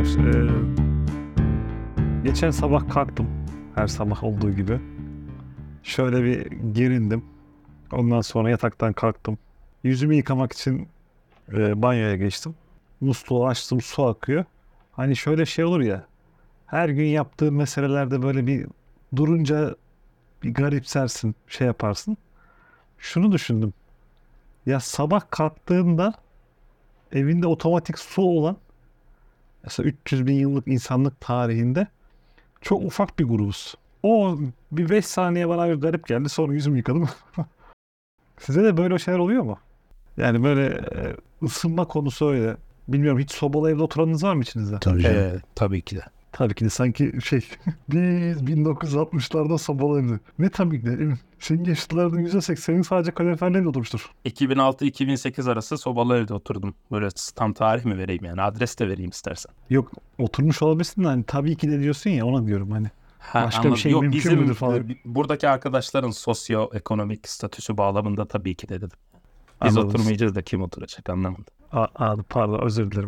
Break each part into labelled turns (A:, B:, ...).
A: beyler. Geçen sabah kalktım. Her sabah olduğu gibi. Şöyle bir gerindim. Ondan sonra yataktan kalktım. Yüzümü yıkamak için banyoya geçtim. Musluğu açtım, su akıyor. Hani şöyle şey olur ya. Her gün yaptığın meselelerde böyle bir durunca bir garipsersin, şey yaparsın. Şunu düşündüm. Ya sabah kalktığında evinde otomatik su olan, mesela 300 bin yıllık insanlık tarihinde çok ufak bir grubuz. O bir 5 saniye bana bir garip geldi. Sonra yüzümü yıkadım. Size de böyle şeyler oluyor mu? Yani böyle ısınma konusu öyle. Bilmiyorum, hiç sobalı evde oturanınız var mı içinizde?
B: Tabii canım.
C: Tabii ki de.
A: Tabii ki de sanki biz 1960'larda sobalı evde. Ne tabii ki de emin. Senin yaşlılardan %80'in sadece kaloriferle oturmuştur.
C: 2006-2008 arası sobalı evde oturdum. Böyle tam tarih mi vereyim yani? Adres de vereyim istersen.
A: Yok, oturmuş olabilirsin de hani tabii ki de diyorsun ya, ona diyorum hani. Başka bir
C: Anladım.
A: şey
C: Yok,
A: mümkün müdür falan.
C: buradaki arkadaşların sosyoekonomik statüsü bağlamında tabii ki de dedim. Biz
A: Anladım.
C: oturmayacağız da kim oturacak, anlamadım.
A: Pardon, özür dilerim.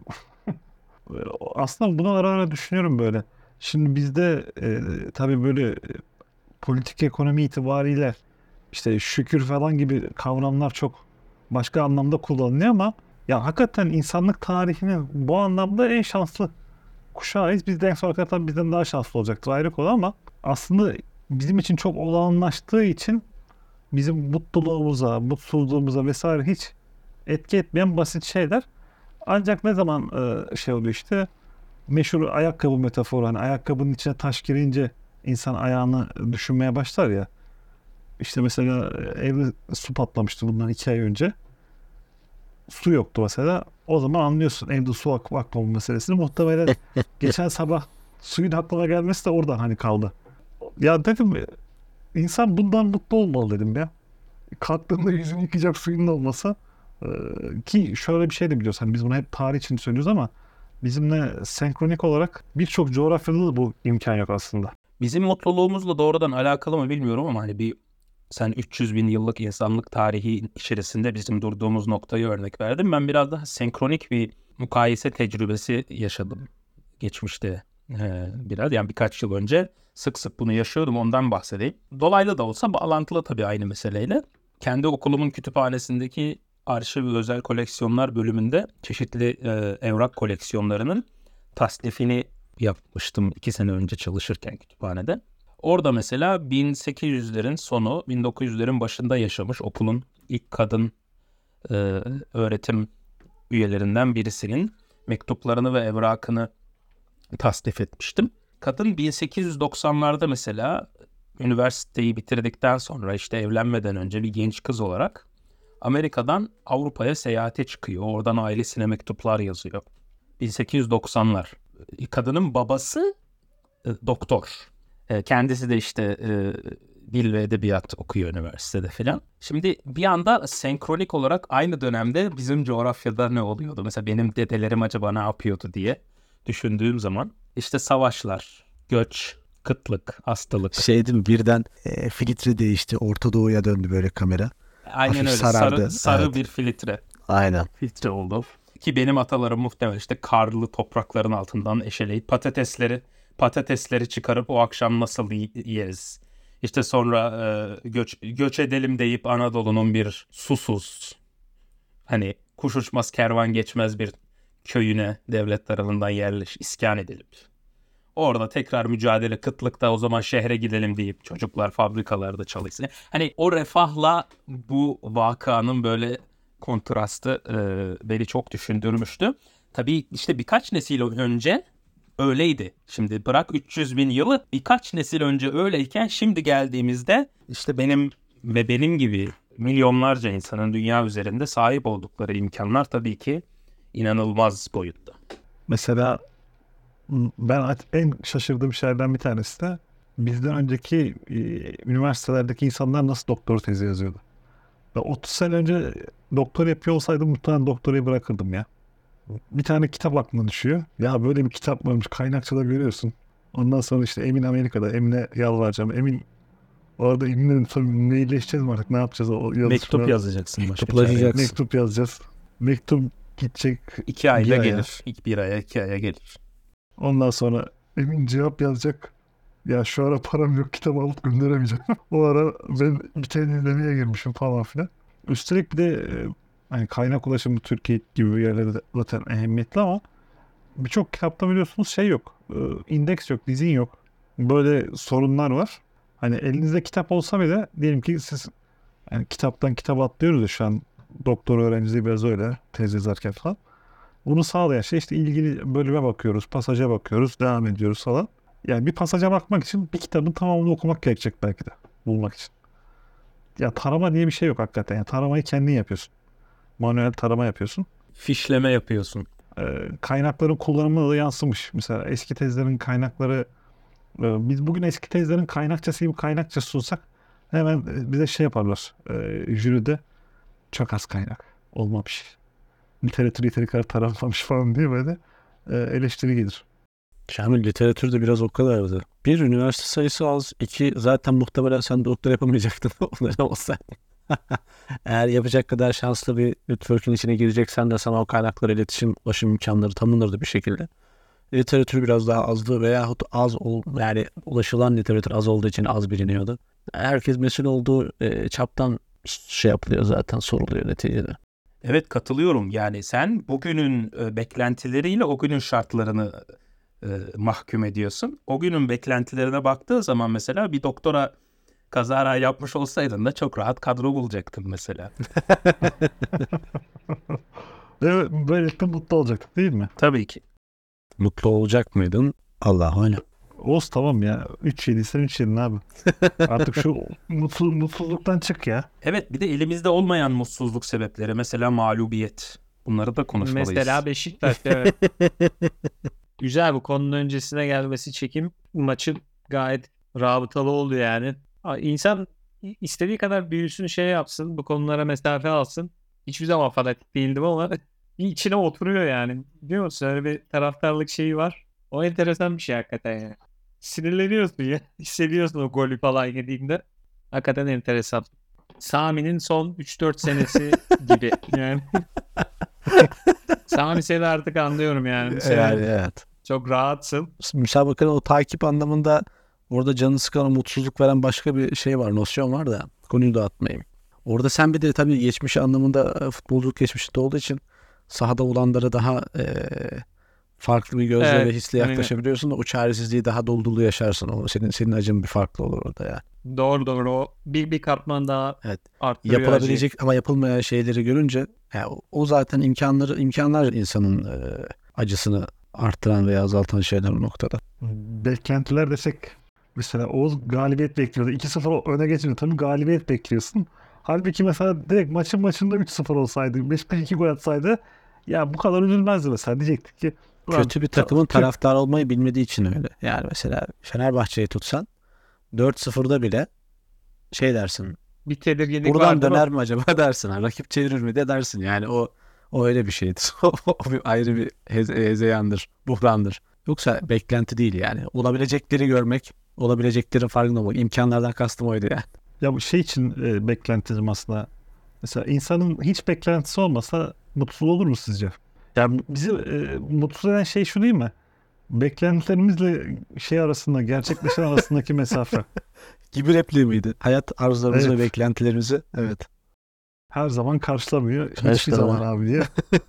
A: Aslında bunu ara ara düşünüyorum böyle. Şimdi bizde tabii böyle politik ekonomi itibariyle işte şükür falan gibi kavramlar çok başka anlamda kullanılıyor ama ya hakikaten insanlık tarihinin bu anlamda en şanslı kuşağıyız. Biz de en son hakikaten bizden daha şanslı olacaktır, ayrı konu, ama aslında bizim için çok olağanlaştığı için bizim mutluluğumuza, mutsuzluğumuza vesaire hiç etki etmeyen basit şeyler. Ancak ne zaman şey oluyor işte, meşhur ayakkabı metaforu, hani ayakkabının içine taş girince insan ayağını düşünmeye başlar ya. İşte mesela evde su patlamıştı bundan 2 ay önce. Su yoktu mesela. O zaman anlıyorsun evde su akmama meselesini. Muhtemelen geçen sabah suyun aklına gelmesi de orada hani kaldı. Ya dedim, insan bundan mutlu olmalı dedim ya. Kalktığında yüzünü yıkayacak suyun da olmasa, ki şöyle bir şey de biliyoruz. Hani biz bunu hep tarih için söylüyoruz ama bizimle senkronik olarak birçok coğrafyada da bu imkan yok aslında.
C: Bizim mutluluğumuzla doğrudan alakalı mı bilmiyorum ama hani sen 300 bin yıllık insanlık tarihi içerisinde bizim durduğumuz noktayı örnek verdin. Ben biraz daha senkronik bir mukayese tecrübesi yaşadım geçmişte biraz. Yani birkaç yıl önce sık sık bunu yaşıyordum, ondan bahsedeyim. Dolaylı da olsa bağlantılı tabii aynı meseleyle. Kendi okulumun kütüphanesindeki arşiv ve özel koleksiyonlar bölümünde çeşitli evrak koleksiyonlarının tasnifini yapmıştım 2 sene önce çalışırken kütüphanede. Orada mesela 1800'lerin sonu, 1900'lerin başında yaşamış okulun ilk kadın öğretim üyelerinden birisinin mektuplarını ve evrakını tasnif etmiştim. Kadın 1890'larda mesela üniversiteyi bitirdikten sonra, işte evlenmeden önce bir genç kız olarak Amerika'dan Avrupa'ya seyahate çıkıyor. Oradan ailesine mektuplar yazıyor. 1890'lar. Kadının babası doktor. Kendisi de işte dil ve edebiyat okuyor üniversitede filan. Şimdi bir anda senkronik olarak aynı dönemde bizim coğrafyada ne oluyordu? Mesela benim dedelerim acaba ne yapıyordu diye düşündüğüm zaman işte savaşlar, göç, kıtlık, hastalık.
B: Değil mi? Birden filtre değişti. Orta Doğu'ya döndü böyle kamera.
C: Aynen
B: Hafif
C: öyle.
B: sarardı.
C: Sarı
B: Evet.
C: bir filtre.
B: Aynen.
C: Filtre oldu. Ki benim atalarım muhtemelen işte karlı toprakların altından eşeleyip patatesleri çıkarıp o akşam nasıl yeriz? İşte sonra göç edelim deyip Anadolu'nun bir susuz, hani kuş uçmaz kervan geçmez bir köyüne devlet tarafından iskan edilip orada tekrar mücadele, kıtlıkta o zaman şehre gidelim deyip çocuklar fabrikalarda çalışsın. Hani o refahla bu vakanın böyle kontrastı beni çok düşündürmüştü. Tabii işte birkaç nesil önce öyleydi. Şimdi bırak 300 bin yılı, birkaç nesil önce öyleyken şimdi geldiğimizde işte benim gibi milyonlarca insanın dünya üzerinde sahip oldukları imkanlar tabii ki inanılmaz boyutta.
A: Mesela ben en şaşırdığım şeylerden bir tanesi de bizden önceki üniversitelerdeki insanlar nasıl doktor tezi yazıyordu. Ben 30 sene önce doktor yapıyor olsaydım muhtemelen doktorayı bırakırdım ya. Bir tane kitap aklına düşüyor. Ya böyle bir kitap varmış, kaynakçada görüyorsun. Ondan sonra işte Emin Amerika'da, Emin'e yalvaracağım. Emin orada Emin'le tabii mailleşeceğiz mi artık, ne yapacağız? O
C: Mektup yazacaksın.
B: Mektuplaşacaksın.
A: Mektup yazacağız. Mektup gidecek
C: 2 ayda
A: bir aya.
C: gelir. 1 aya 2 aya gelir.
A: Ondan sonra Emin cevap yazacak. Ya şu ara param yok, kitap alıp gönderemeyeceğim. O ara ben bir tane izlemeye girmişim falan filan. Üstelik bir de hani kaynak ulaşımı Türkiye gibi yerlerde zaten ehemmiyetli ama birçok kitapta biliyorsunuz şey yok. İndeks yok, dizin yok. Böyle sorunlar var. Hani elinizde kitap olsa bile diyelim ki siz yani kitaptan kitaba atlıyoruz ya şu an doktor öğrenciliği biraz öyle tez yazarken falan. Bunu sağlayan şey işte ilgili bölüme bakıyoruz, pasaja bakıyoruz, devam ediyoruz falan. Yani bir pasaja bakmak için bir kitabın tamamını okumak gerekecek belki de bulmak için. Ya tarama diye bir şey yok hakikaten. Yani taramayı kendin yapıyorsun. Manuel tarama yapıyorsun.
C: Fişleme yapıyorsun.
A: Kaynakların kullanımına da yansımış. Mesela eski tezlerin kaynakları biz bugün eski tezlerin kaynakçası gibi kaynakça sunsak hemen bize şey yaparlar. Jüride çok az kaynak olmamış. Literatür yeteri kadar taranmamış falan diye böyle eleştiri gelir.
B: Şamil literatürde biraz o kadardı. Bir, üniversite sayısı az. İki, zaten muhtemelen sen doktor yapamayacaktın onların olsa. Eğer yapacak kadar şanslı bir network'ün içine gireceksen de sana o kaynaklara iletişim, ulaşım imkanları tanınırdı bir şekilde. Literatür biraz daha azdı veyahut yani ulaşılan literatür az olduğu için az biliniyordu. Herkes mesul olduğu çaptan şey yapılıyor zaten, soruluyor neticede.
C: Evet, katılıyorum. Yani sen bugünün beklentileriyle o günün şartlarını mahkum ediyorsun. O günün beklentilerine baktığı zaman mesela bir doktora kazara yapmış olsaydın da çok rahat kadro bulacaktın mesela.
A: Ve böylelikle mutlu olacaktık değil mi?
C: Tabii ki.
B: Mutlu olacak mıydın? Allah öyle.
A: Oğuz tamam ya. 3 yediysen 3 yedin abi. Artık şu mutsuzluktan çık ya.
C: Evet, bir de elimizde olmayan mutsuzluk sebepleri. Mesela mağlubiyet. Bunları da konuşmalıyız.
D: Mesela Beşiktaş, evet. Güzel, bu konunun öncesine gelmesi çekim maçın gayet rabıtalı oldu yani. İnsan istediği kadar büyüsün, şey yapsın, bu konulara mesafe alsın. Hiçbir zaman fanatik değildim ama içine oturuyor yani. Biliyor musun? Öyle bir taraftarlık şeyi var. O enteresan bir şey hakikaten yani. Sinirleniyorsun ya. Hissediyorsun o golü falan yediğinde. Hakikaten enteresan. Sami'nin son 3-4 senesi gibi yani. Sami, seni artık anlıyorum yani. Bu sene
B: Yani evet.
D: çok rahatsın.
B: Müsabakanın o takip anlamında orada canını sıkan, mutsuzluk veren başka bir şey var, nosyon var da konuyu dağıtmayayım. Orada sen bir de tabii geçmiş anlamında futbolculuk geçmişinde olduğu için sahada olanlara daha farklı bir gözle
D: Evet,
B: ve hisle
D: aynen.
B: yaklaşabiliyorsun da o çaresizliği daha dolu dolu yaşarsın. O senin acın bir farklı olur orada yani.
D: Doğru, o bir katman daha
B: Evet.
D: arttırıyor
B: Yapılabilecek ama yapılmayan şeyleri görünce yani o zaten imkanlar insanın acısını arttıran veya azaltan şeyler o noktada.
A: Beklentiler desek mesela Oğuz galibiyet bekliyordu. 2-0 öne geçince tabii galibiyet bekliyorsun. Halbuki mesela direkt maçında 3-0 olsaydı, Beşiktaş 2 gol atsaydı ya bu kadar üzülmezdi mesela. Diyecektik ki "Ulan
B: Kötü bir takımın taraftar olmayı bilmediği için öyle. Yani mesela Fenerbahçe'yi tutsan 4-0'da bile şey dersin.
D: bir tedirginlik
B: Buradan
D: vardır.
B: döner mi acaba dersin. Ha, rakip çevirir mi de dersin. Yani o öyle bir şeydir. O bir ayrı bir hezeyandır, buhrandır. Yoksa beklenti değil yani. Olabilecekleri görmek, olabileceklerin farkında olmak. İmkanlardan kastım oydu yani.
A: ya bu şey için beklentim aslında. Mesela insanın hiç beklentisi olmasa mutsuz olur mu sizce? Yani bizi mutsuz eden şey şu değil mi? Beklentilerimizle şey arasında, gerçekleşen arasındaki mesafe.
B: Gibi repliği miydi? Hayat arzularımızı
A: Evet.
B: ve beklentilerimizi. Evet.
A: Her zaman karşılamıyor. Hiçbir
B: Karşılamıyor.
A: zaman abi diye.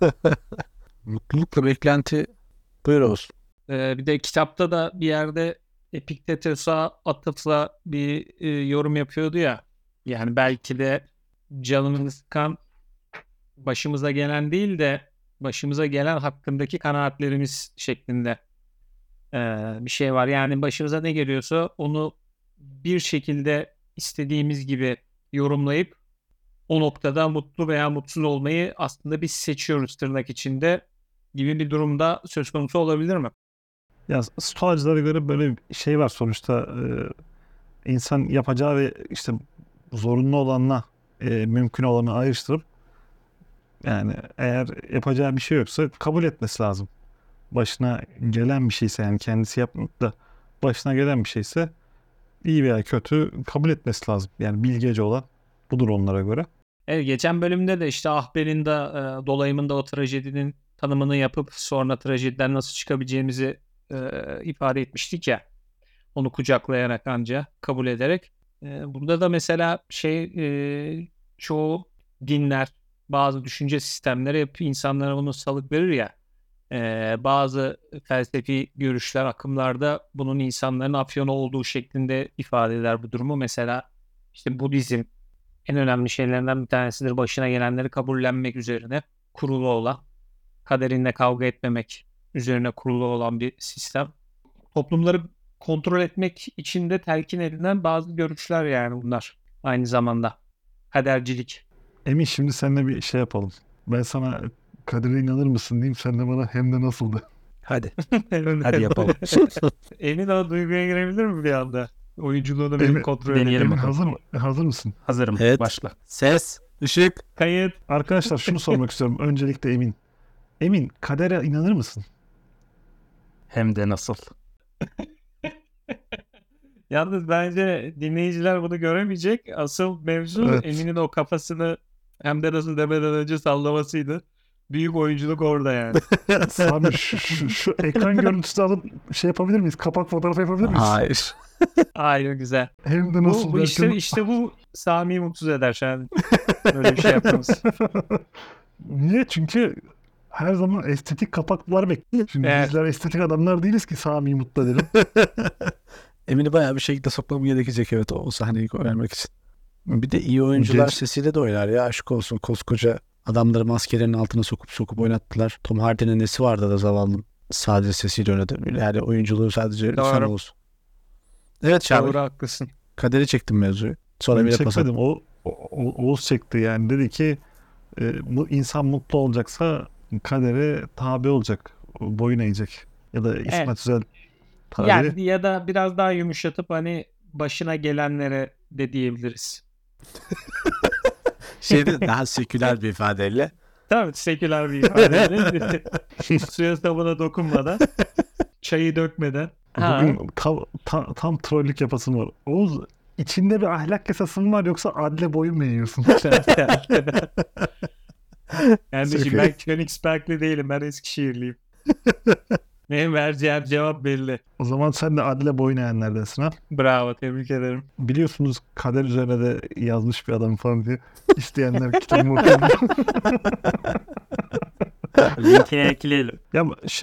B: Mutlulukla beklenti buyur olsun.
D: Bir de kitapta da bir yerde Epiktetos'a atıfla bir yorum yapıyordu ya. Yani belki de canımızı sıkan başımıza gelen değil de başımıza gelen hakkındaki kanaatlerimiz şeklinde bir şey var. Yani başımıza ne geliyorsa onu bir şekilde istediğimiz gibi yorumlayıp o noktada mutlu veya mutsuz olmayı aslında biz seçiyoruz tırnak içinde gibi bir durumda söz konusu olabilir mi?
A: Ya Stoacılara göre böyle bir şey var sonuçta insan yapacağı ve işte zorunlu olanla mümkün olanı ayrıştırıp yani eğer yapacağı bir şey yoksa kabul etmesi lazım. Başına gelen bir şeyse yani kendisi yapmayıp da başına gelen bir şeyse iyi veya kötü kabul etmesi lazım. Yani bilgece olan budur onlara göre.
D: Evet, geçen bölümde de işte Ahber'in de dolayımında o trajedinin tanımını yapıp sonra trajediden nasıl çıkabileceğimizi ifade etmiştik ya. Onu kucaklayarak anca kabul ederek. Burada da mesela çoğu dinler, bazı düşünce sistemleri hep insanlara bunu salık verir ya. Bazı felsefi görüşler, akımlarda bunun insanların afyonu olduğu şeklinde ifade eder bu durumu. Mesela işte Budizm en önemli şeylerinden bir tanesidir. Başına gelenleri kabullenmek üzerine kurulu olan, kaderinle kavga etmemek üzerine kurulu olan bir sistem. Toplumları kontrol etmek için de telkin edilen bazı görüşler yani bunlar aynı zamanda. Kadercilik.
A: Emin, şimdi seninle bir şey yapalım. Ben sana kadere inanır mısın diyeyim. Sen de bana hem de nasıldı?
B: Hadi. Hadi yapalım.
D: Emin o duyguya girebilir mi bir anda? Oyunculuğunu benim
A: Emin-
D: kontrol
C: deneyelim.
D: edelim.
A: Emin
C: bakalım.
A: hazır mısın?
C: Hazırım.
B: Evet.
C: Başla.
B: Ses, ışık.
D: Kayıt.
A: Arkadaşlar şunu sormak istiyorum. Öncelikle Emin. Emin, kadere inanır mısın?
C: Hem de nasıl?
D: Yalnız bence dinleyiciler bunu göremeyecek. Asıl mevzu
A: Evet.
D: Emin'in o kafasını hem de nasıl demeden önce sallamasıydı. Büyük oyunculuk orada yani.
A: Sami şu ekran görüntüsü alıp şey yapabilir miyiz? Kapak fotoğrafı yapabilir miyiz?
B: Hayır.
D: Aynen güzel.
A: Hem de nasıl
D: Bu
A: derken-
D: işte bu Sami'yi mutsuz eder şu an. Böyle bir şey yapmamız.
A: Niye? Çünkü her zaman estetik kapaklar bekliyor. Şimdi
D: Evet.
A: bizler estetik adamlar değiliz ki Sami'yi mutlu edelim.
B: Emin'i bayağı bir şekilde sokmam gerekecek evet o sahneyi vermek için. Bir de iyi oyuncular
A: Genç-
B: sesiyle de oynar ya aşk olsun koskoca adamları maskelerinin altına sokup oynattılar. Tom Hardy'nin nesi vardı da zavallının sadece sesiyle oynadı. Yani oyunculuğu sadece
D: Doğru.
B: sen olsun. Evet Şabi.
D: Doğru haklısın.
B: Kaderi çektim mevzuyu. Sonra
A: Ben
B: bir de pas
A: çekmedim. Oğuz çekti yani. Dedi ki bu insan mutlu olacaksa kadere tabi olacak. Boyun eğecek. Ya da İsmet
D: Evet.
A: Özel tabiri.
D: Yani ya da biraz daha yumuşatıp hani başına gelenlere de diyebiliriz.
B: şeyde daha seküler bir ifadeyle.
D: Tabii seküler bir ifadeyle. Suya sabuna dokunmadan, çayı dökmeden. Ha.
A: Bugün tam trollük yapasım var. Oğuz, içinde bir ahlak yasası var yoksa adle boyun mu eğiyorsun?
D: Kardeşim ben Königsbergli değilim. Ben Eskişehirliyim. Benim vereceğim cevap belli.
A: O zaman sen de adle boyun eğenlerdensin ha.
D: Bravo, tebrik ederim.
A: Biliyorsunuz kader üzerine de yazmış bir adam falan diye. İsteyenler kitabımı okuyabilir.
C: Linkine ekleyelim.
A: Ya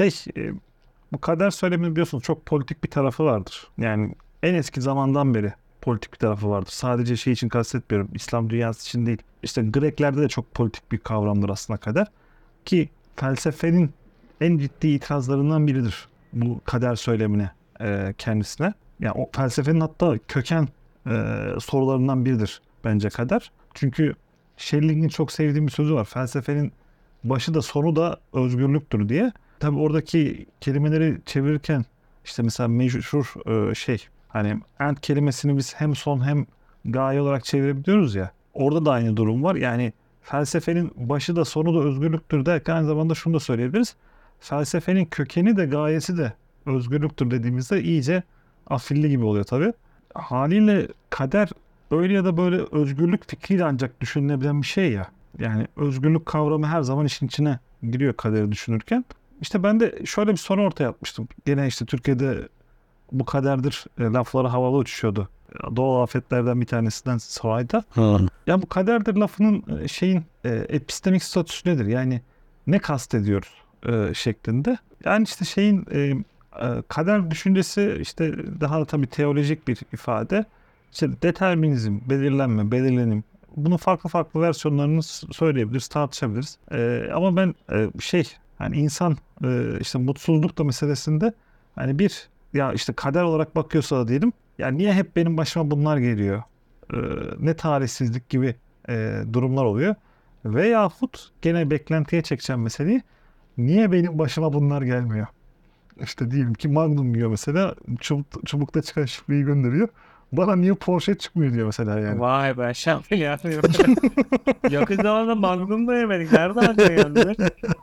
A: bu kader söyleminin biliyorsunuz çok politik bir tarafı vardır. Yani en eski zamandan beri politik bir tarafı vardır. Sadece şey için kastetmiyorum. İslam dünyası için değil. İşte Greklerde de çok politik bir kavramdır aslında kader. Ki felsefenin en ciddi itirazlarından biridir bu kader söylemine kendisine. Yani o felsefenin hatta köken sorularından biridir bence kader. Çünkü Schelling'in çok sevdiğim bir sözü var. Felsefenin başı da sonu da özgürlüktür diye. Tabii oradaki kelimeleri çevirirken işte mesela meşhur hani end kelimesini biz hem son hem gaye olarak çevirebiliyoruz ya. Orada da aynı durum var. Yani felsefenin başı da sonu da özgürlüktür derken aynı zamanda şunu da söyleyebiliriz. Felsefenin kökeni de gayesi de özgürlüktür dediğimizde iyice afilli gibi oluyor tabii. Haliyle kader öyle ya da böyle özgürlük fikriyle ancak düşünülebilen bir şey ya. Yani özgürlük kavramı her zaman işin içine giriyor kaderi düşünürken. İşte ben de şöyle bir soru ortaya atmıştım. Gene işte Türkiye'de bu kaderdir lafları havalı uçuşuyordu. Doğal afetlerden bir tanesinden sonra. Ya bu kaderdir lafının epistemik statüsü nedir? Yani ne kastediyoruz şeklinde. Yani işte kader düşüncesi işte daha tabii teolojik bir ifade. İşte determinizm, belirlenme, belirlenim. Bunun farklı versiyonlarını söyleyebiliriz, tartışabiliriz. Ama ben hani insan işte mutsuzluk da meselesinde hani ya işte kader olarak bakıyorsa da diyelim. Ya niye hep benim başıma bunlar geliyor? Ne talihsizlik gibi durumlar oluyor. Veyahut gene beklentiye çekeceğim meseleyi. Niye benim başıma bunlar gelmiyor? İşte diyelim ki Magnum yiyor mesela. Çubukta çıkan şifreyi gönderiyor. Bana niye Porsche çıkmıyor diyor mesela yani.
D: Vay be şampiyon. Yakın zamanda Magnum da yemedik. Nerede anlıyorsun?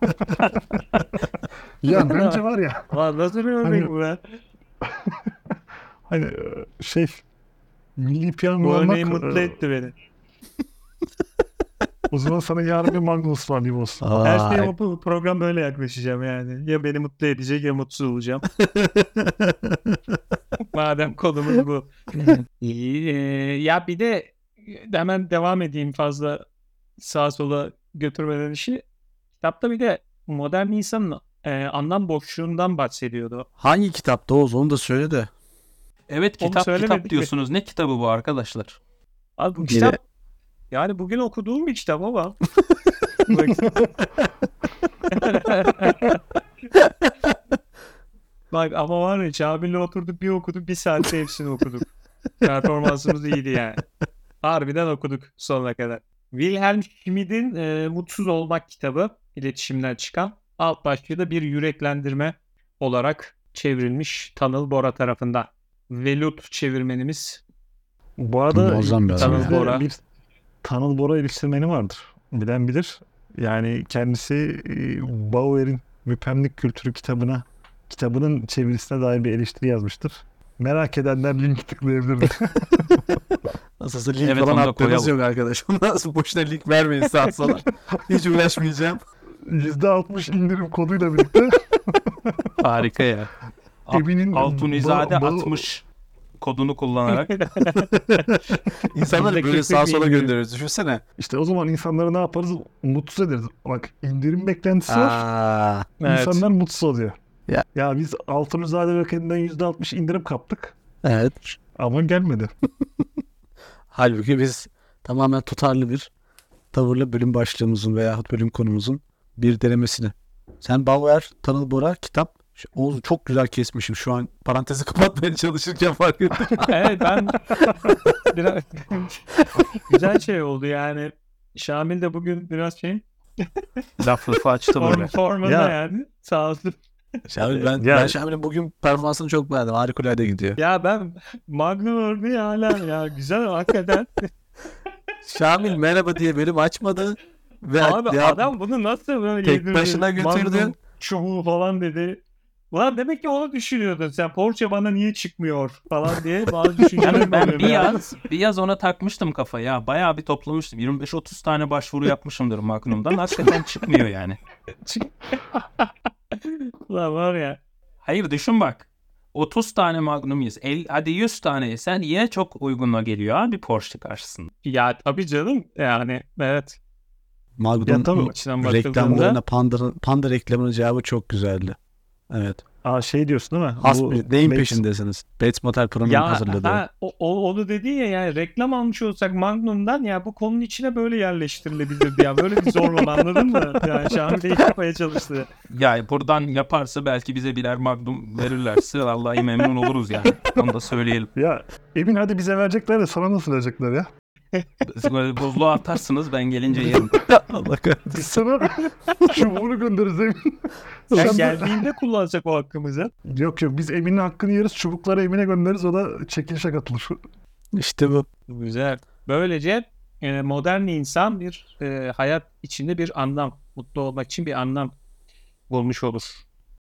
A: Ya bence var ya.
D: Nasıl bir örnek bu be?
A: Hani milli piyango
D: Bu
A: almak
D: örneği mutlu etti beni.
A: O zaman sana yarın bir Magnum ısmarlayayım olsun.
D: Her
B: Aa,
D: şeye bu program böyle yaklaşacağım yani. Ya beni mutlu edecek ya mutsuz olacağım. Madem konumuz bu. İyi, ya bir de hemen devam edeyim fazla sağa sola götürmeden işi. Kitapta bir de modern insanın anlam boşluğundan bahsediyordu.
B: hangi kitapta Oğuz onu da söyle de.
C: Evet,
D: Onu
C: kitap
D: söylemedik mi?
C: diyorsunuz. Ne kitabı bu arkadaşlar?
D: Abi bu
B: Yine-
D: kitap yani bugün okuduğum bir kitap ama. Bak ama var ya Kamil'le oturduk bir okuduk bir saatte hepsini okuduk. Performansımız iyiydi yani. Harbiden okuduk sonuna kadar. Wilhelm Schmid'in Mutsuz Olmak kitabı iletişimden çıkan alt başlığı da bir yüreklendirme olarak çevrilmiş Tanıl Bora tarafından. Velut çevirmenimiz.
A: Bu arada
B: Muazzam bir adam
A: içimizde
D: ya. Bora.
A: bir Tanıl Bora iliştirmeni vardır. Bilen bilir. Yani kendisi Bauer'in Müpemlik Kültürü kitabının çevirisine dair bir eleştiri yazmıştır. Merak edenler link tıklayabilir.
B: Nasılsa link
C: Evet,
B: falan
C: onu da
B: attığınız
C: koyalım.
B: yok arkadaş. Nasıl boşuna link vermeyin sağa sola. Hiç uğraşmayacağım.
A: %60 indirim koduyla birlikte
C: Harika ya.
A: Emin'in
C: Altunizade 60 kodunu kullanarak.
B: İnsanları
D: Bizde
B: böyle
D: 45
B: sağa sola
D: indirim.
B: gönderiyoruz. Düşünsene.
A: İşte o zaman insanları ne yaparız? Mutsuz ederiz. Bak indirim beklentisi var.
B: Aa,
D: Evet.
A: İnsanlar mutsuz oluyor.
B: Ya.
A: Ya biz Altunizade Vakı'ndan %60 indirim kaptık.
B: evet.
A: Ama gelmedi.
B: Halbuki biz tamamen tutarlı bir tavırla bölüm başlığımızın veyahut bölüm konumuzun bir denemesini. Sen Bauer, Tanıl Bora, kitap. Oğuz çok güzel kesmişim. Şu an parantezi kapatmaya çalışırken fark ettim.
D: Evet ben biraz güzel şey oldu yani. Şamil de bugün biraz şey
C: Lafı açtı böyle.
D: formunda
A: Ya.
D: yani sağ olsun.
B: Şamil ben
A: Ya-
B: Şamil'in bugün performansını çok beğendim. Harikulade gidiyor.
D: Ya ben Magnum örneği hala ya güzel hakikaten.
B: Şamil merhaba diye bölüm açmadı. Ve
D: Abi
B: ya-
D: adam bunu nasıl böyle
B: tek
D: yedirdi?
B: başına götürdü.
D: Magnum çubuğu falan dedi. Ulan demek ki onu düşünüyordun sen. Porsche bana niye çıkmıyor falan diye bazı düşünceler
C: Yani ben
D: oluyor
C: bir yaz ona takmıştım kafaya. Bayağı bir toplamıştım. 25-30 tane başvuru yapmışımdır Magnum'dan. Hakikaten çıkmıyor yani.
D: Ulan var ya.
C: Hayır düşün bak. 30 tane Magnum yiyiz. Hadi 100 tane yesen yine çok uyguna geliyor abi Porsche karşısında.
D: Ya tabii canım yani evet.
B: Magnum
A: tabii.
D: Açıdan bakıldığında.
B: reklamlarına Panda reklamının cevabı çok güzeldi. Evet.
A: Şey diyorsun değil mi?
B: Neyin
A: Bates-
B: peşindesiniz? Bates Motel Pro'nun
D: Ya
B: hazırladığı.
D: onu dedi ya yani reklam almış olsak Magnum'dan ya bu konunun içine böyle yerleştirilebilirdi ya. Böyle bir zorlama anladın mı? Yani Şamil de yapmaya çalıştı.
C: Ya buradan yaparsa belki bize birer Magnum verirlerse vallahi memnun oluruz yani. Onu da söyleyelim.
A: Ya Emin hadi bize verecekler de sana nasıl verecekler ya?
C: Böyle buzluğa atarsınız ben gelince yerim.
B: Allah kahretsin.
A: Biz sana çubuğunu göndeririz Emin.
D: Sen
A: Sen-
D: geldiğinde kullanacak o hakkımızı.
A: Yok biz Emin'in hakkını yeriz. Çubukları Emin'e göndeririz. O da çekilişe katılır.
B: İşte bu.
D: Güzel. Böylece modern insan bir hayat içinde bir anlam, mutlu olmak için bir anlam bulmuş olur.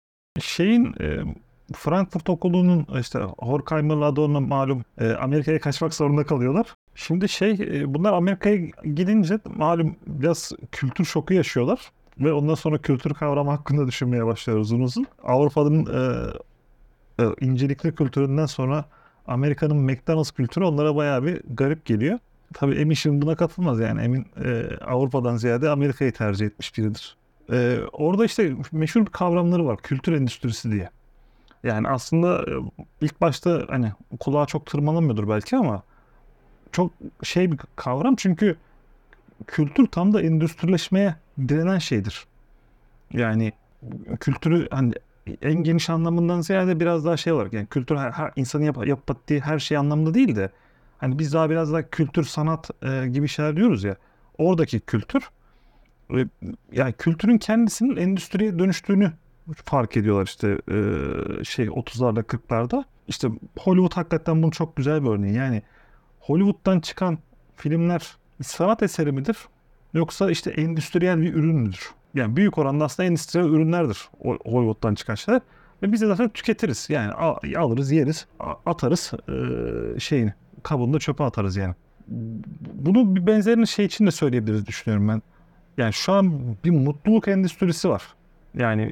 A: Frankfurt Okulu'nun işte Horkheimer Ladon'la malum Amerika'ya kaçmak zorunda kalıyorlar. Şimdi bunlar Amerika'ya gidince malum biraz kültür şoku yaşıyorlar. Ve ondan sonra kültür kavramı hakkında düşünmeye başlıyoruz uzun uzun. Avrupa'nın incelikli kültüründen sonra Amerika'nın McDonald's kültürü onlara bayağı bir garip geliyor. Tabii Emin şimdi buna katılmaz yani. Emin Avrupa'dan ziyade Amerika'yı tercih etmiş biridir. Orada işte meşhur bir kavramları var. Kültür endüstrisi diye. Yani aslında ilk başta hani kulağa çok tırmalamıyordur belki ama çok bir kavram çünkü kültür tam da endüstrileşmeye direnen şeydir. Yani kültürü hani en geniş anlamından ziyade biraz daha olarak yani kültür her insanın yaptığı her şey anlamında değil de hani biz daha biraz daha kültür sanat gibi şeyler diyoruz ya oradaki kültür yani kültürün kendisinin endüstriye dönüştüğünü fark ediyorlar işte 30'larda 40'larda. İşte Hollywood hakikaten bunun çok güzel bir örneği. Yani Hollywood'dan çıkan filmler sanat eseri midir? Yoksa işte endüstriyel bir ürün müdür? Yani büyük oranda aslında endüstriyel ürünlerdir Hollywood'dan çıkan şeyler. Ve biz de zaten tüketiriz. Yani alırız, yeriz, atarız, kabını da çöpe atarız yani. bunu bir benzerini şey için de söyleyebiliriz düşünüyorum ben. Yani şu an bir mutluluk endüstrisi var. Yani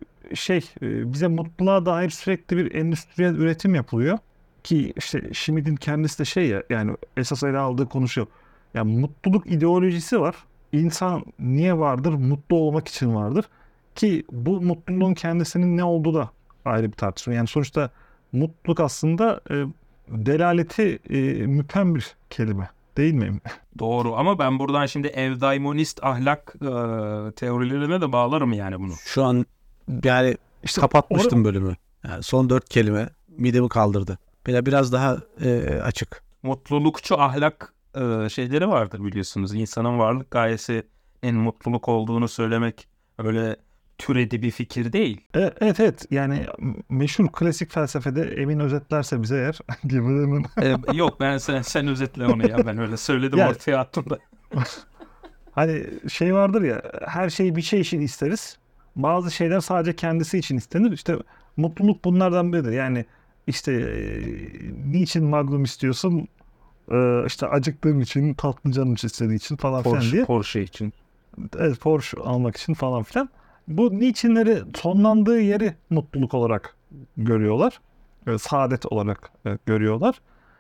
A: bize mutluluğa dair sürekli bir endüstriyel üretim yapılıyor. Ki işte Schmidt'in kendisi de şey ya, yani esas ele aldığı konu şu. Yani mutluluk ideolojisi var. İnsan niye vardır? Mutlu olmak için vardır. Ki bu mutluluğun kendisinin ne olduğu da ayrı bir tartışma. Yani sonuçta mutluluk aslında delaleti müphem bir kelime. Değil mi?
C: Doğru ama ben buradan şimdi evdaimonist ahlak teorilerine de bağlarım yani bunu.
B: Şu an yani
A: İşte
B: kapatmıştım bölümü. Yani son 4 kelime midemi kaldırdı. Biraz daha açık.
C: Mutlulukçu ahlak şeyleri vardır biliyorsunuz. İnsanın varlık gayesinin mutluluk olduğunu söylemek öyle türedi bir fikir değil.
A: Evet. Yani meşhur klasik felsefede Emin özetlerse bize eğer gibi.
C: Yok ben sen özetle onu ya, ben öyle söyledim
A: Yani-
C: ortaya attım da.
A: Hani şey vardır ya, her şeyi bir şey için isteriz. Bazı şeyler sadece kendisi için istenir. İşte mutluluk bunlardan biridir. Yani işte niçin magnum istiyorsun? İşte acıktığım için, tatlı canım istediği için falan filan diye.
C: Porsche için.
A: Evet, Porsche almak için falan filan. Bu niçinleri sonlandığı yeri mutluluk olarak görüyorlar. Saadet olarak görüyorlar.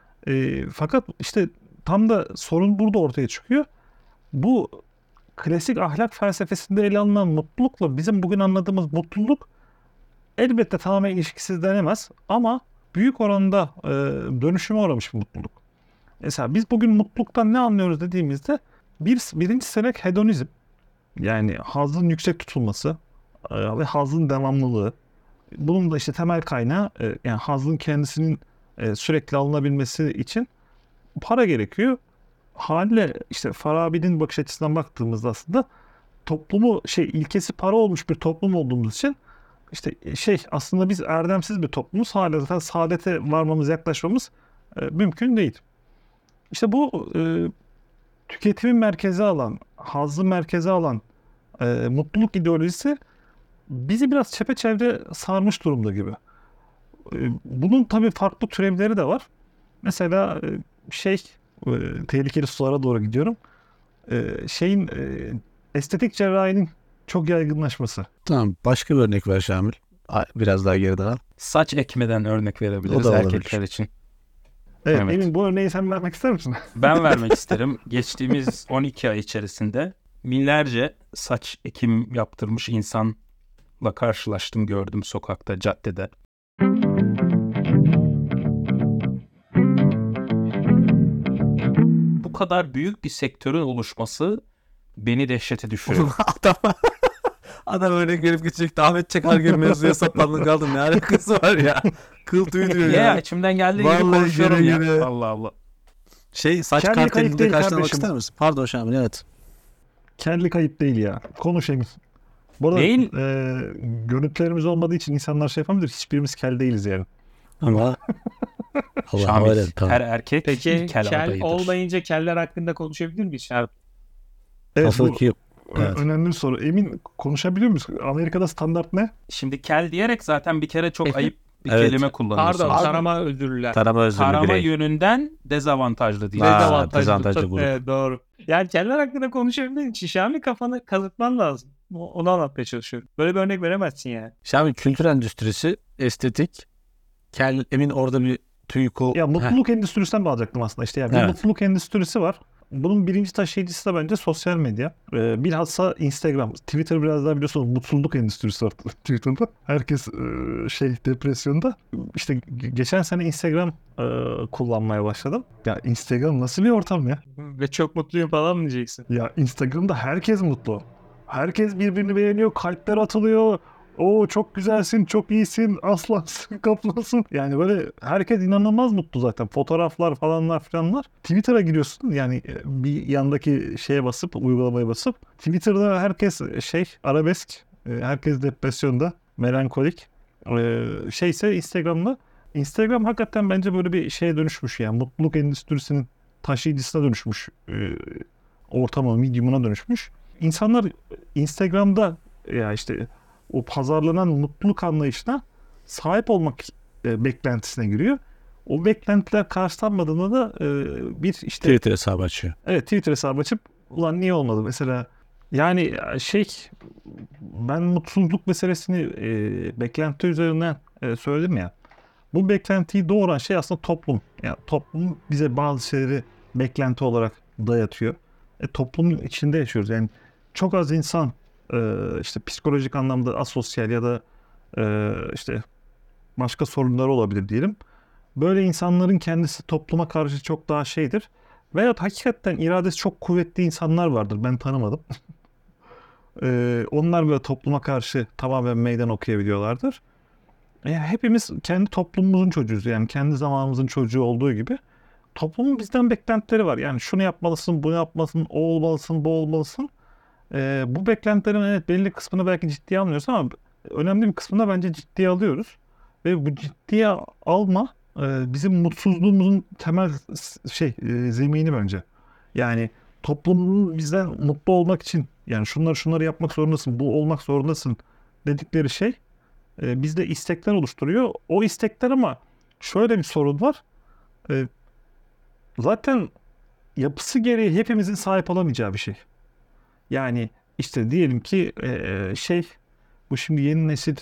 A: Fakat işte tam da sorun burada ortaya çıkıyor. Bu klasik ahlak felsefesinde ele alınan mutlulukla bizim bugün anladığımız mutluluk elbette tamamen ilişkisiz denemez ama büyük oranda dönüşüme uğramış bir mutluluk. Mesela biz bugün mutluluktan ne anlıyoruz dediğimizde birinci senek hedonizm, yani hazın yüksek tutulması ve hazın devamlılığı. Bunun da işte temel kaynağı yani hazın kendisinin sürekli alınabilmesi için para gerekiyor. Haliyle işte Farabi'nin bakış açısından baktığımızda aslında toplumu ilkesi para olmuş bir toplum olduğumuz için işte aslında biz erdemsiz bir toplumuz. Hala zaten saadete varmamız, yaklaşmamız mümkün değil. İşte bu tüketimin merkeze alan, hazzı merkeze alan mutluluk ideolojisi bizi biraz çepeçevre sarmış durumda gibi. Bunun tabii farklı türevleri de var. Mesela tehlikeli sulara doğru gidiyorum. Estetik cerrahinin çok yaygınlaşması.
B: Tamam, başka bir örnek ver Şamil. Biraz daha geriden al.
C: Saç ekmeden örnek verebiliriz
B: O da olabilir.
C: erkekler için.
A: Evet,
C: Evet.
A: Emin, bu örneği sen vermek ister misin?
C: Ben vermek isterim. Geçtiğimiz 12 ay içerisinde binlerce saç ekim yaptırmış insanla karşılaştım, gördüm sokakta, caddede. Bu kadar büyük bir sektörün oluşması beni dehşete düşürüyor.
B: Adam örnek verip gidecek. Ahmet Çakar gibi mevzuya saplandın kaldın. Ne alakası var ya? Kıl tüy diyor
C: Ya içimden geldiği gibi
B: Vallahi
C: konuşuyorum ya.
B: yine.
C: Allah Allah.
B: Saç
A: Kendi kayıp
B: kartelinde
A: değil
B: karşılamak
A: kardeşim.
B: ister misin? Pardon Şamil, evet.
A: Kelli kayıp değil ya. Konuş Emin. Bu arada
C: Değil.
A: görüntülerimiz olmadığı için insanlar şey yapabilir. Hiçbirimiz kel değiliz yani.
B: Ama Allah
C: Şamil,
B: öyle, tamam.
C: her erkek
D: Peki
C: kel
D: kel
C: adayıdır.
D: olmayınca keller hakkında konuşabilir miyiz?
A: Evet,
B: Nasıl
A: bu
B: ki? Evet.
A: önemli bir soru. Emin, konuşabiliyor musun? Amerika'da standart ne?
C: Şimdi kel diyerek zaten bir kere çok ayıp bir
B: Evet.
C: kelime kullanıyorsunuz.
D: Pardon, tarama özürlüler.
B: Tarama özürlü
C: Tarama
B: birey.
C: yönünden dezavantajlı diye.
B: Dezavantajlı grup.
D: Evet, doğru. Yani keller hakkında konuşabildiğin için Şamil kafanı kazıtman lazım. Onu anlatmaya çalışıyorum. Böyle bir örnek veremezsin yani.
B: Şamil, kültür endüstrisi, estetik, kel, Emin orada bir tüyku.
A: Ya mutluluk endüstrisinden bahsedecektim aslında. İşte bir
B: Evet.
A: mutluluk endüstrisi var. Bunun birinci taşıyıcısı da bence sosyal medya. Bilhassa Instagram. Twitter biraz daha biliyorsunuz mutsuzluk endüstrisi var Twitter'da. Herkes depresyonda. İşte geçen sene Instagram kullanmaya başladım. Ya Instagram nasıl bir ortam ya?
D: Ve çok mutluyum falan mı diyeceksin?
A: Ya Instagram'da herkes mutlu. Herkes birbirini beğeniyor, kalpler atılıyor. Oo, çok güzelsin, çok iyisin, aslansın, kaplansın. Yani böyle herkes inanılmaz mutlu zaten. Fotoğraflar falanlar filanlar. Twitter'a giriyorsun, yani bir yandaki şeye basıp, uygulamaya basıp. Twitter'da herkes arabesk, herkes depresyonda, melankolik. Ise Instagram'da. Instagram hakikaten bence böyle bir şeye dönüşmüş yani. Mutluluk endüstrisinin taşıyıcısına dönüşmüş. Ortama, medium'una dönüşmüş. İnsanlar Instagram'da ya işte o pazarlanan mutluluk anlayışına sahip olmak beklentisine giriyor. O beklentiler karşılanmadığında da bir işte
B: Twitter hesabı açıyor.
A: evet Twitter hesabı açıp ulan niye olmadı mesela, yani ben mutsuzluk meselesini beklenti üzerinden söyledim ya. Bu beklentiyi doğuran şey aslında toplum. Yani toplum bize bazı şeyleri beklenti olarak dayatıyor. Toplumun içinde yaşıyoruz. Yani çok az insan işte psikolojik anlamda asosyal ya da işte başka sorunları olabilir diyelim. Böyle insanların kendisi topluma karşı çok daha şeydir. Veyahut hakikaten iradesi çok kuvvetli insanlar vardır. Ben tanımadım. Onlar böyle topluma karşı tamamen meydan okuyabiliyorlardır. Hepimiz kendi toplumumuzun çocuğuyuz. Yani kendi zamanımızın çocuğu olduğu gibi. Toplumun bizden beklentileri var. Yani şunu yapmalısın, bunu yapmalısın, o olmalısın, bu olmalısın. Bu beklentilerin evet belli kısmını belki ciddiye almıyoruz ama önemli bir kısmını bence ciddiye alıyoruz. Ve bu ciddiye alma bizim mutsuzluğumuzun temel zemini bence. Yani toplumun bizden mutlu olmak için yani şunları yapmak zorundasın, bu olmak zorundasın dedikleri şey bizde istekler oluşturuyor. O istekler ama şöyle bir sorun var. E, Zaten yapısı gereği hepimizin sahip olamayacağı bir şey. Yani işte diyelim ki bu şimdi yeni nesil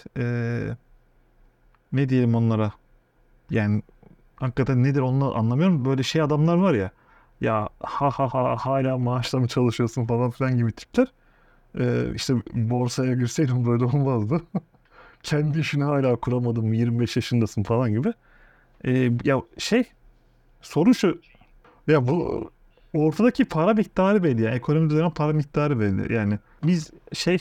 A: ne diyelim onlara, yani hakikaten nedir onu anlamıyorum. Böyle adamlar var ya, ya hala maaşla mı çalışıyorsun falan filan gibi tipler. İşte borsaya girseydim böyle olmazdı. Kendi işini hala kuramadım, 25 yaşındasın falan gibi. Ya sorun şu, ya bu ortadaki para miktarı belli ya. Ekonomide dönen para miktarı belli. Yani biz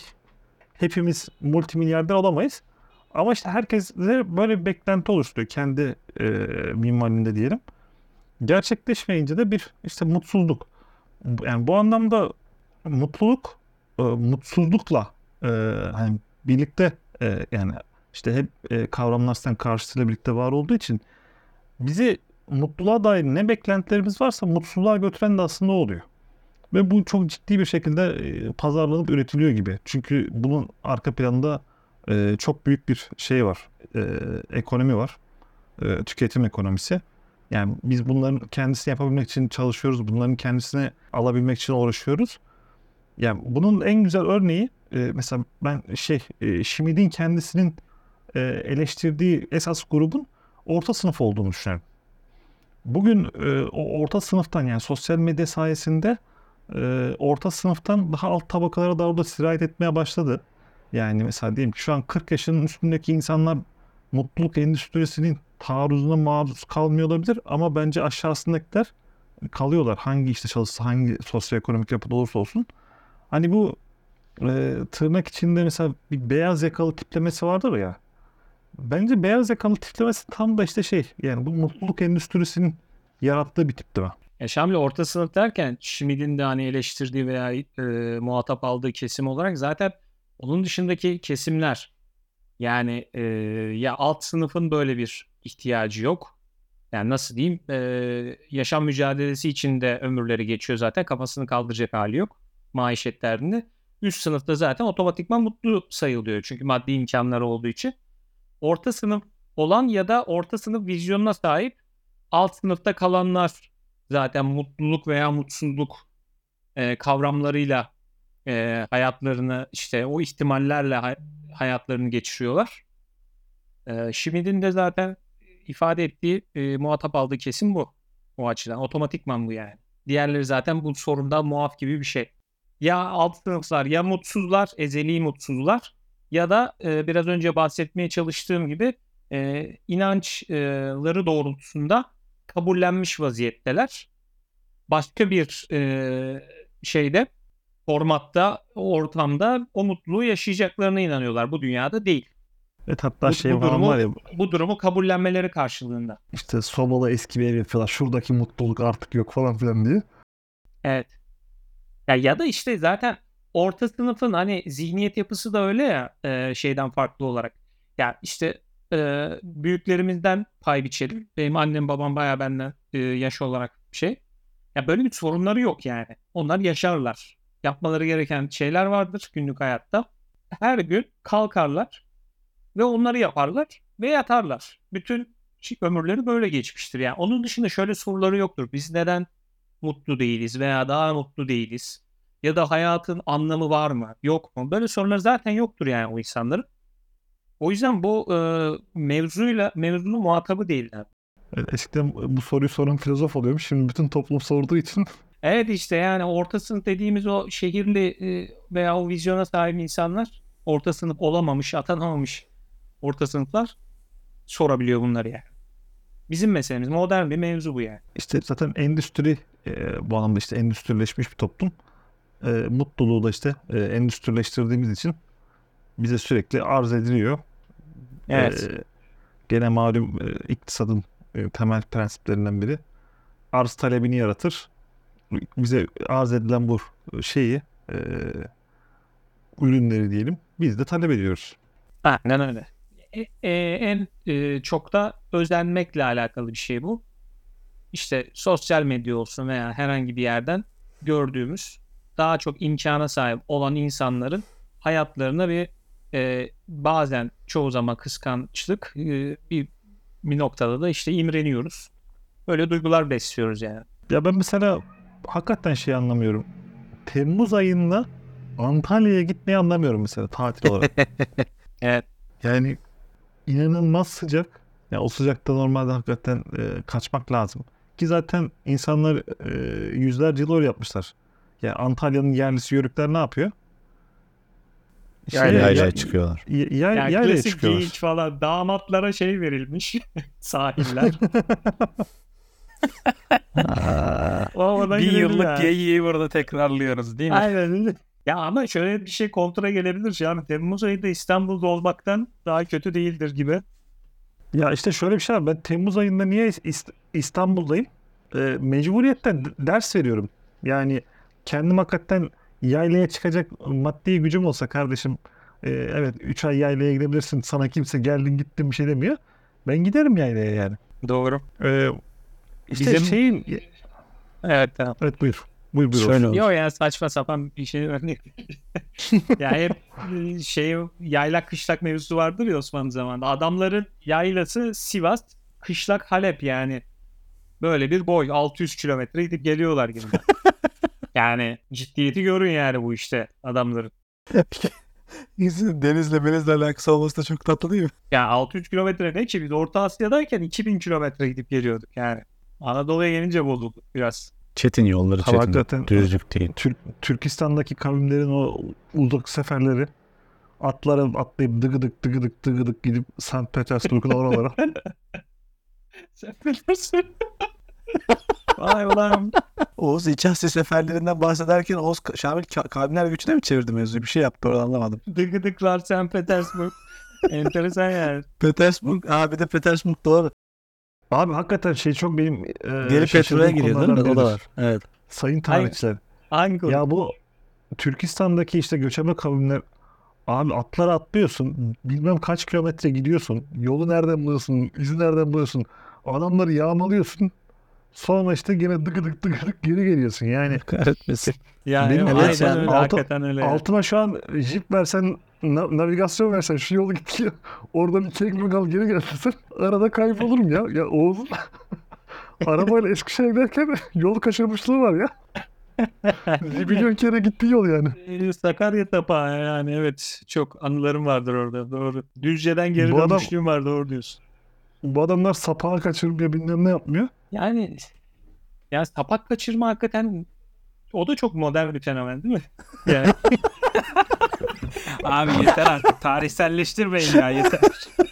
A: hepimiz multimilyarder olamayız. Ama işte herkes de böyle bir beklenti oluşturuyor. Kendi minvalinde diyelim. Gerçekleşmeyince de bir işte mutsuzluk. Yani bu anlamda mutluluk mutsuzlukla e, hani birlikte yani işte hep kavramlar sen karşısıyla birlikte var olduğu için bizi mutluluğa dair ne beklentilerimiz varsa mutsuzluğa götüren de aslında o oluyor. Ve bu çok ciddi bir şekilde pazarlanıp üretiliyor gibi. Çünkü bunun arka planında çok büyük bir var. Ekonomi var. Tüketim ekonomisi. Yani biz bunların kendisini yapabilmek için çalışıyoruz. Bunların kendisine alabilmek için uğraşıyoruz. Yani bunun en güzel örneği mesela ben Schmidt'in kendisinin eleştirdiği esas grubun orta sınıf olduğunu düşünüyorum. Bugün o orta sınıftan yani sosyal medya sayesinde orta sınıftan daha alt tabakalara doğru da sirayet etmeye başladı. Yani mesela diyelim ki şu an 40 yaşının üstündeki insanlar mutluluk endüstrisinin taarruzuna maruz kalmıyor olabilir ama bence aşağısındakiler kalıyorlar. Hangi işte çalışsa, hangi sosyoekonomik yapıda olursa olsun. Hani bu tırnak içinde mesela bir beyaz yakalı tiplemesi vardır ya. Bence beyaz yakalı tiplemesi tam da işte yani bu mutluluk endüstrisinin yarattığı bir tipleme.
D: Ya Şamil orta sınıf derken Schmidt'in de hani eleştirdiği veya muhatap aldığı kesim olarak zaten onun dışındaki kesimler yani ya alt sınıfın böyle bir ihtiyacı yok. Yani nasıl diyeyim yaşam mücadelesi içinde ömürleri geçiyor zaten kafasını kaldıracak hali yok maişet derdinde. Üst sınıfta zaten otomatikman mutlu sayılıyor çünkü maddi imkanları olduğu için. Orta sınıf olan ya da orta sınıf vizyonuna sahip alt sınıfta kalanlar zaten mutluluk veya mutsuzluk kavramlarıyla hayatlarını işte o ihtimallerle hayatlarını geçiriyorlar. Schmidt'in de zaten ifade ettiği muhatap aldığı kesim bu. O açıdan otomatikman bu yani. Diğerleri zaten bu sorundan muaf gibi bir şey. Ya alt sınıflar ya mutsuzlar, ezeli mutsuzlar ya da biraz önce bahsetmeye çalıştığım gibi inançları doğrultusunda kabullenmiş vaziyetteler. Başka bir şeyde, formatta, o ortamda o mutluluğu yaşayacaklarına inanıyorlar. Bu dünyada değil.
A: Evet, hatta
D: Bu
A: falan
D: durumu
A: var ya,
D: bu durumu kabullenmeleri karşılığında.
A: işte sobalı eski bir ev yapıyorlar. Şuradaki mutluluk artık yok falan filan diye.
D: Evet. Ya da işte zaten orta sınıfın hani zihniyet yapısı da öyle ya şeyden farklı olarak. Ya işte büyüklerimizden pay biçelim. Benim annem babam bayağı benden yaş olarak bir şey. Ya böyle bir sorunları yok yani. Onlar yaşarlar. Yapmaları gereken şeyler vardır günlük hayatta. Her gün kalkarlar ve onları yaparlar ve yatarlar. Bütün ömürleri böyle geçmiştir. Yani onun dışında şöyle soruları yoktur. Biz neden mutlu değiliz veya daha mutlu değiliz? Ya da hayatın anlamı var mı? Yok mu? Böyle sorular zaten yoktur yani o insanların. O yüzden bu mevzunun muhatabı değiller.
A: Eskiden bu soruyu soran filozof oluyormuş. Şimdi bütün toplum sorduğu için
D: Evet işte yani orta sınıf dediğimiz o şehirli veya o vizyona sahip insanlar, orta sınıf olamamış, atanamamış orta sınıflar sorabiliyor bunları yani. Bizim meselemiz modern bir mevzu bu yani.
A: işte zaten endüstri bu anlamda işte endüstrileşmiş bir toplum. Mutluluğu da işte endüstrileştirdiğimiz için bize sürekli arz ediliyor.
D: Evet.
A: Gene malum iktisadın temel prensiplerinden biri arz talebini yaratır. Bize arz edilen bu şeyi ürünleri diyelim biz de talep ediyoruz.
D: Aynen öyle. En çok da özenmekle alakalı bir şey bu. İşte sosyal medya olsun veya herhangi bir yerden gördüğümüz daha çok imkana sahip olan insanların hayatlarına bir bazen çoğu zaman kıskançlık bir noktada da işte imreniyoruz. Böyle duygular besliyoruz yani.
A: Ya ben mesela hakikaten şey anlamıyorum. Temmuz ayında Antalya'ya gitmeyi anlamıyorum mesela tatil olarak.
D: Evet.
A: Yani inanılmaz sıcak. Ya o sıcakta normalde hakikaten kaçmak lazım. Ki zaten insanlar yüzlerce yıl öyle yapmışlar. Yani Antalya'nın yerlisi yörükler ne yapıyor?
B: Yaylaya çıkıyorlar.
D: Yani
A: Yaylaya
D: klasik
A: çıkıyorlar.
D: geyik falan damatlara şey verilmiş sahiller. O
C: Bir yıllık geyiği burada tekrarlıyoruz değil mi?
D: Aynen. Ya ama şöyle bir şey kontra gelebilir. Yani Temmuz ayında İstanbul'da olmaktan daha kötü değildir gibi.
A: Ya işte şöyle bir şey var. Ben Temmuz ayında niye İstanbul'dayım? Mecburiyetten ders veriyorum. Yani kendim hakikaten yaylaya çıkacak maddi gücüm olsa kardeşim evet 3 ay yaylaya gidebilirsin. Sana kimse geldin gittin bir şey demiyor. Ben giderim yaylaya yani.
D: Doğru.
A: İşte
D: Bizim-
A: şeyin...
D: Evet tamam.
A: Evet buyur. Buyur
B: Şöyle
A: olsun.
B: oldu.
D: Yok ya saçma sapan bir şey örnek. Ya hep yaylak kışlak mevzusu vardır ya Osmanlı zamanında. Adamların yaylası Sivas, kışlak Halep yani. Böyle bir boy 600 kilometre gidip geliyorlar gibi. Yani ciddiyeti görün yani bu işte adamların.
B: Denizle menizle alakası olması da çok tatlı değil mi?
D: Ya 600 kilometre ne ki biz Orta Asya'dayken 2000 kilometre gidip geliyorduk yani. Anadolu'ya gelince bozulduk biraz.
B: Çetin yolları
A: Tabii
B: çetin.
A: hakikaten-
B: Düzlük değil.
A: Türkistan'daki kavimlerin o uzak seferleri atlara atlayıp dıgıdık dıgıdık dıgıdık gidip St. Petersburg'un oralara.
D: Sen bilirsin. Vay ulan.
B: Oğuz İç Asya seferlerinden bahsederken Oğuz Şamil kavimler gücüne mi çevirdi mevzuyu? Bir şey yaptı orada anlamadım.
D: Dıgıdıklar St. Petersburg. Enteresan yani.
B: Petersburg. Bir de Petersburg doğru.
A: Abi hakikaten şey çok benim
B: Deli
A: şaşırdığım
B: petroya giriyor değil mi?
A: konulardan
B: O da
A: biridir.
B: var. Evet.
A: Sayın tarihçiler.
D: Hangi konu?
A: Ya bu Türkistan'daki işte göçebe kavimler abi atlara atlıyorsun. Bilmem kaç kilometre gidiyorsun. Yolu nereden buluyorsun? İzi nereden buluyorsun? Adamları yağmalıyorsun. Sonra işte gene dıgıdık dıgıdık geri geliyorsun. Yani
B: Kahretmesin.
D: Yani
A: benim
D: aynen
B: evet yani
D: öyle. Hakikaten öyle. Yani.
A: altıma şu an jip versen navigasyon versen şu yolu git ya. Oradan 2 ekmek al geri gel desen arada kaybolurum ya. Ya Oğuz'un arabayla Eskişehir'e giderken yol kaçırmışlığı var ya. Milyon kere gittiği yol yani.
D: Sakarya Tapağı yani evet çok anılarım vardır orada doğru. Düzce'den geri
A: Bu adam-
D: dönmüşlüğüm var doğru diyorsun.
A: Bu adamlar sapağı kaçırmıyor bilmem ne yapmıyor.
D: Yani ya sapak kaçırma hakikaten o da çok modern bir fenomen değil mi? Yani
C: Abi yeter artık. Tarihselleştirmeyin ya yeter.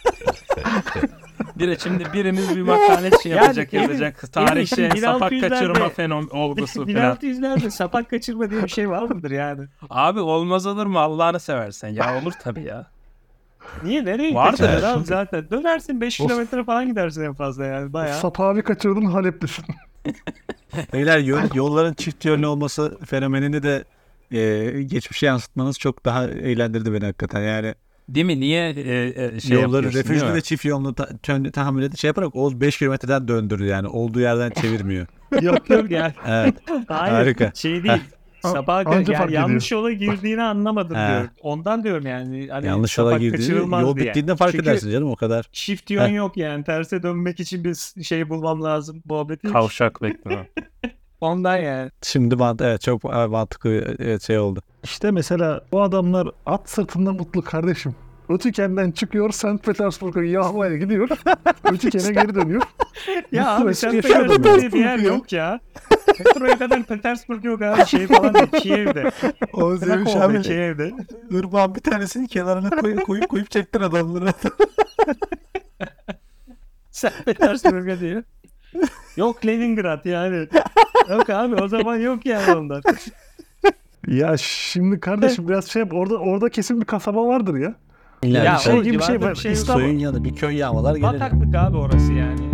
C: Şimdi birimiz bir makale şey yapacak
D: Yani,
C: yazacak. Tarihçe
D: Emin,
C: sapak
D: 1600'lerde
C: kaçırma olgusu falan.
D: 1600'lerde sapak kaçırma diye bir şey var mıdır yani?
C: Abi olmaz olur mu Allah'ını seversen. Ya olur tabii ya.
D: Niye nereye
C: Vardır.
D: kaçırır abi zaten? Dönersin 5 kilometre falan gidersin en fazla yani bayağı.
A: Sapağı bir kaçırdın Halep'lisin.
B: Beyler yolların çift yönlü olması fenomenini de geçmişe yansıtmanız çok daha eğlendirdi beni hakikaten. Yani
C: Değil mi? Niye şey
B: yolları
C: yapıyorsun,
B: refüjlü
C: değil mi?
B: ve çift yönlü tahammül edip şey yaparak Oğuz 5 kilometreden döndürdü yani. Olduğu yerden çevirmiyor.
D: Yok yok yani.
B: Evet.
D: Hayır,
B: Harika.
D: şey değil. Sabaha
A: Anca
D: kadar
A: fark
D: yanlış yola girdiğini anlamadım
B: He.
D: diyorum. Ondan diyorum yani. Hani
B: Yanlış yola
D: Sabah
B: girdiğini
D: kaçırılmaz
B: yol
D: diye.
B: bittiğinde fark
D: Çünkü
B: edersin canım o kadar.
D: Shift yön
B: Heh.
D: yok yani. Terse dönmek için bir şey bulmam lazım. Muhabbeti yok.
C: Kavşak bekleme.
D: Ondan yani.
B: Şimdi evet çok mantıklı şey oldu.
A: İşte mesela bu adamlar at sırtında mutlu kardeşim. Röntgen'den çıkıyor, St. Petersburg'a yağmaya gidiyor. Röntgen'e geri dönüyor.
D: Ya
A: Mutlu
D: abi
A: mesut
D: sen
A: yaşıyor adam
D: Petersburg
A: ya.
D: diye bir yer yok ya. Metroya kadar Petersburg yok abi. Şey falan değil. Kiev'de.
B: O
D: Krakow'da, Kiev'de.
B: Irmağın bir tanesini kenarına koyup çektir adamları.
D: Sen Petersburg'a diyor. Yok Leningrad yani. Yok abi o zaman yok yani onlar.
A: Ya şimdi kardeşim biraz şey yap. Orada kesin bir kasaba vardır ya.
B: İlla
D: Ya
B: bir
A: şey
D: o
A: gibi bir şey
D: civarda
A: var.
D: bir şey yok.
A: İstanbul-
B: soyun yanı bir köy yağmalar gelir.
D: Bataklık abi orası yani.